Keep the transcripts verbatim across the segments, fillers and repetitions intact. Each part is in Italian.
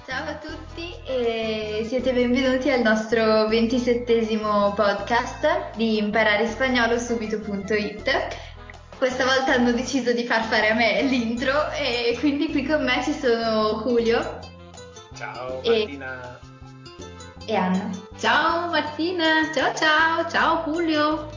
Ciao a tutti e siete benvenuti al nostro ventisettesimo podcast di imparare spagnolo subito punto it. Questa volta hanno deciso di far fare a me l'intro e quindi qui con me ci sono Julio. Ciao e, Martina. e Anna. Ciao Martina, ciao ciao, ciao Julio.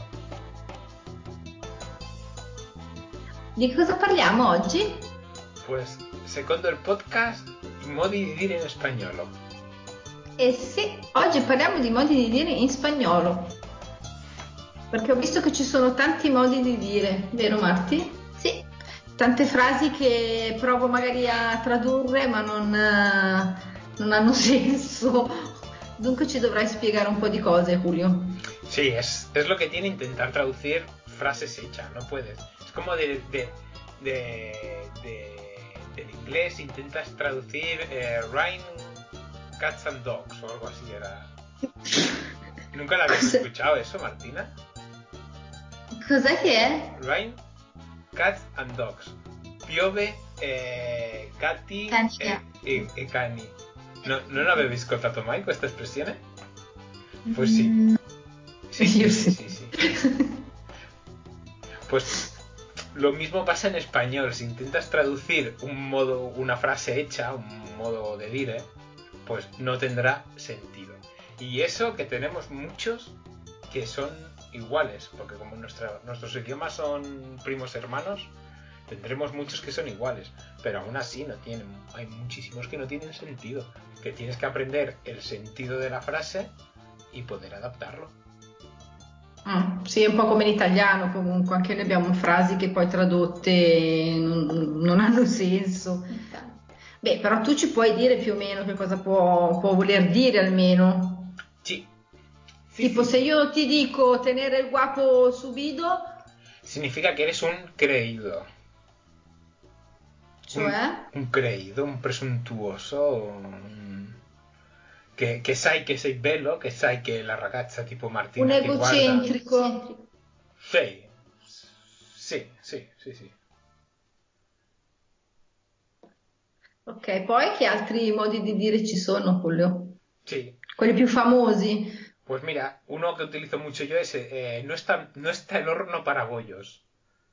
Di cosa parliamo oggi? Pues secondo il podcast i modi di dire in spagnolo. Eh sì, oggi parliamo di modi di dire in spagnolo. Perché ho visto che ci sono tanti modi di dire, vero Marti? Sì, Tante frasi che provo magari a tradurre ma non, eh, non hanno senso. Dunque ci dovrai spiegare un po' di cose, Julio. Sí, es, es lo que tiene intentar traducir frases hechas, no puedes. Es como de, de, de, de- del inglés intentas traducir eh, Rhyme Cats and Dogs o algo así era. ¿Nunca la habías Cosa- escuchado eso, Martina? cos'è che è? Rhyme Cats and Dogs. Piove eh, gatti Cani. e, e, e cani. No, non l'avevi ascoltato mai questa espressione? Pues sí. Mm, Sí, sí, Io sí, sì. sí, sí. Pues lo mismo pasa en español. Si intentas traducir un modo, una frase hecha, un modo de dire, pues no tendrá sentido. Y eso que tenemos muchos que son iguales, porque como nuestra, nuestros idiomas son primos hermanos, tendremos muchos que son iguales, pero aún así no tienen, hay muchísimos que no tienen sentido, que tienes que aprender el sentido de la frase y poder adaptarlo. Mm, sì, è un po' come l'italiano comunque, anche noi abbiamo frasi che poi tradotte non, non hanno senso. Beh, però tu ci puoi dire più o meno che cosa può, può voler dire almeno. Sí. Sí, Tipo, sí, se sí. io ti dico tenere il guapo subido, Significa que eres un creído. cioè, Un, un creído, un presuntuoso, un... che, che sai che sei bello, che sai che la ragazza tipo un Martina ti guarda. egocentrico. Sì, sì, sì, sì, sì. Ok, poi che altri modi di dire ci sono, Julio? Sí. Quelli più famosi. Pues mira, uno que utilizo mucho yo es eh, no está, no está el horno para bollos.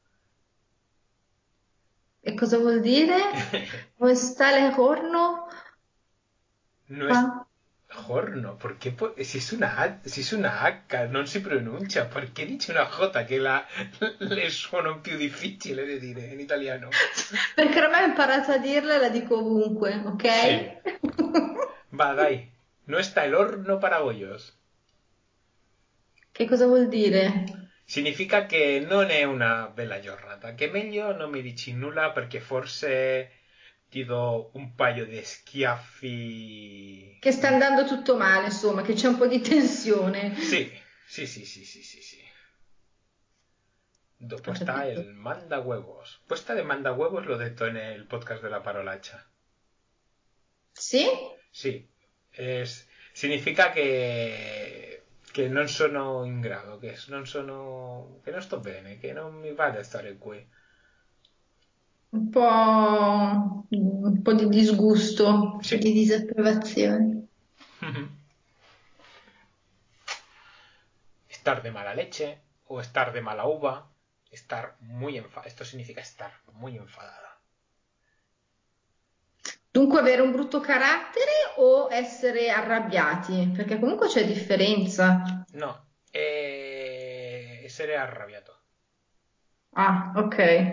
E cosa vuol dire? Dove sta il horno? No es Ah. horno, ¿por qué? po- Si es una A, si es una H, non si pronuncia. Perché dice una J che la, le suono più difficile da dire in italiano? Perché ormai ho imparato a dirla e la dico ovunque, ok? Sì. Va, dai. No está el horno para bollos. Che cosa vuol dire? Significa che non è una bella giornata, che meglio non mi dici nulla perché forse ti do un paio di schiaffi. Che sta andando tutto male, insomma, che c'è un po' di tensione. Sì, sì, sì, sì, sì, sì, sì. Dopo Ho está capito. el manda huevos. Puesta de manda huevos lo detto en el podcast de la parolacha. Sì? Sì, es- significa che, che non sono in grado, che non sono, che non sto bene, che non mi va di stare qui. Un po', un po' di disgusto. un po' di Sì. disapprovazione. Estar de mala leche o estar de mala uva, estar muy enfadada. Esto significa estar muy enfadada. Dunque avere un brutto carattere o essere arrabbiati? Perché comunque c'è differenza. No, eh, essere arrabbiato. Ah, ok.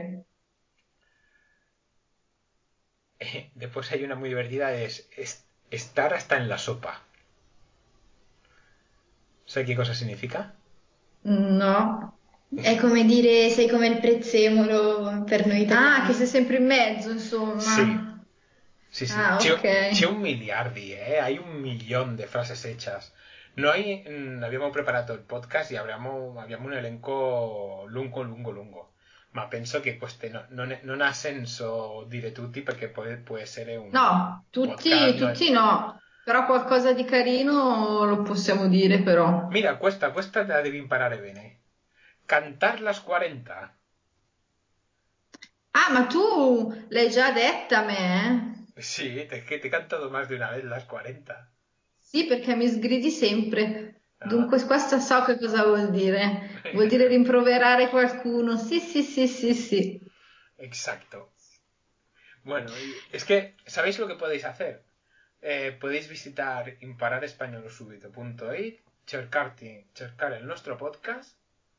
Eh, después hay una muy divertida, es, es estar hasta en la sopa. ¿Sabes qué cosa significa? No. È come dire sei come il prezzemolo per noi Ah, che italiani. sei sempre in mezzo, Sí, insomma. sí, sí. Ah, C'è, c'è ok. un miliardi, ¿eh? Hay un millón de frases hechas. No hay, mm, abbiamo preparato il podcast e abbiamo, abbiamo un elenco lungo, lungo, lungo. Ma penso che queste no- non, è- non ha senso dire tutti perché poi può essere un No, tutti, podcast. No è- tutti no, però qualcosa di carino lo possiamo dire però. Mira, questa, questa te la devi imparare bene. Cantar las cuarenta. Ah, ma tu l'hai già detta a me, Sì, te, che ti he cantado más de una vez las cuarenta. Sì, perché mi sgridi sempre. Ah. Dunque, questo so che cosa vuol dire. Vuol dire rimproverare qualcuno. Sì, sì, sì, sì, sì. Exacto. Bueno, y es que, ¿sabéis lo que podéis hacer? Eh, podéis visitar impararespañolosubito punto it, cercarti, cercar il nostro podcast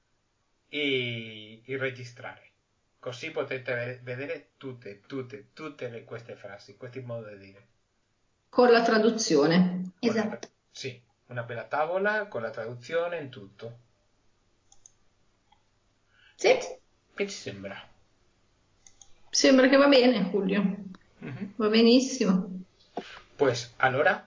e, e registrare. Così potete vedere tutte, tutte, tutte le, queste frasi, questi modi di dire. Con la traduzione. Con la- Esatto. sì, una bella tavola con la traduzione in tutto. Sì. Che ci sembra? Sembra che va bene, Julio. Mhm. Va benissimo. Pues, allora,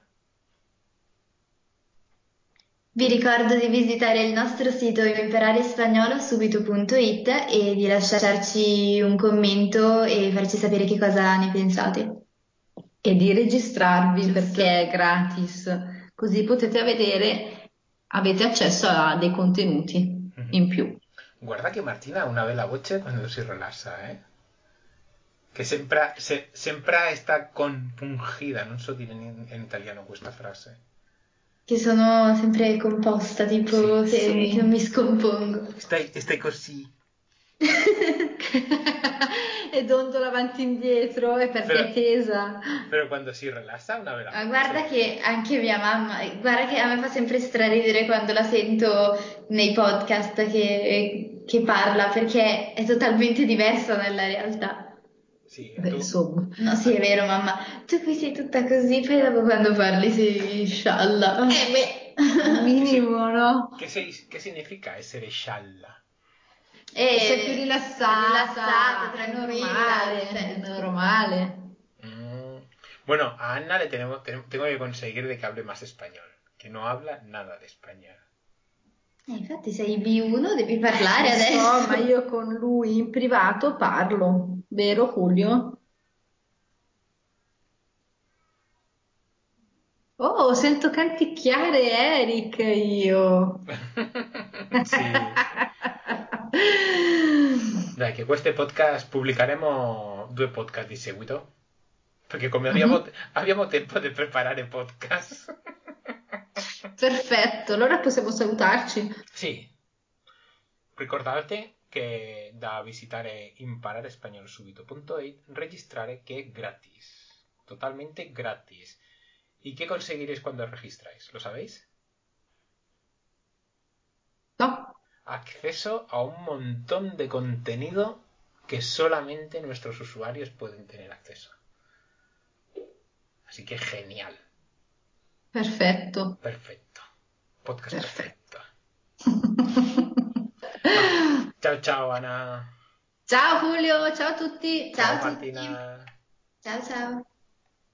Vi ricordo di visitare il nostro sito impararespagnolo subito punto it e di lasciarci un commento e farci sapere che cosa ne pensate. E di registrarvi Giusto. perché è gratis. Così potete vedere, avete accesso a dei contenuti Mhm. in più. guarda che Martina ha una bella voce quando si rilassa, eh? Che sempre, se, sempre sta compungida, non so dire in, in italiano questa frase. Che sono sempre composta, tipo Sì. che, Sì. che non mi scompongo. Stai, stai così. E dondola avanti e indietro è perché Però- è tesa. Però quando si rilassa ha una bella Ma voce. guarda che anche mia mamma, guarda che a me fa sempre straridere quando la sento nei podcast che, che parla, perché è totalmente diversa nella realtà. Sì, Beh, tu... insomma, No, sì, è vero, mamma. Tu qui sei tutta così, poi dopo quando parli sei scialla. eh beh, Eh, minimo, no? Che, sei, che significa essere scialla? E sei più rilassata, rilassata, è tranquilla, normale, cioè, è normale. Mm. Bueno, a Anna le tenemos, tenemos- tengo que conseguir de que hable más español, que no habla nada de español. Eh, infatti sei B uno, devi parlare Lo adesso. so, ma io con lui in privato parlo, vero Julio? Oh, sento canticchiare Eric io. Sì. Dai, che questo podcast pubblicheremo due podcast di seguito. Perché come abbiamo, Mhm. abbiamo tempo di preparare podcast. Perfetto, allora possiamo salutarci. Sì. Ricordate che da visitare impararespagnolosubito punto it registrare che è gratis. Totalmente gratis. ¿Y qué conseguiréis cuando os registráis? ¿Lo sabéis? No? Acceso a un montón de contenido que solamente nuestros usuarios pueden tener acceso. Así que genial. Perfetto. Perfecto. Podcast Perfetto. perfecto. Va. Ciao ciao Ana. Ciao Julio, ciao a tutti. Ciao a tutti. Martina. Ciao ciao.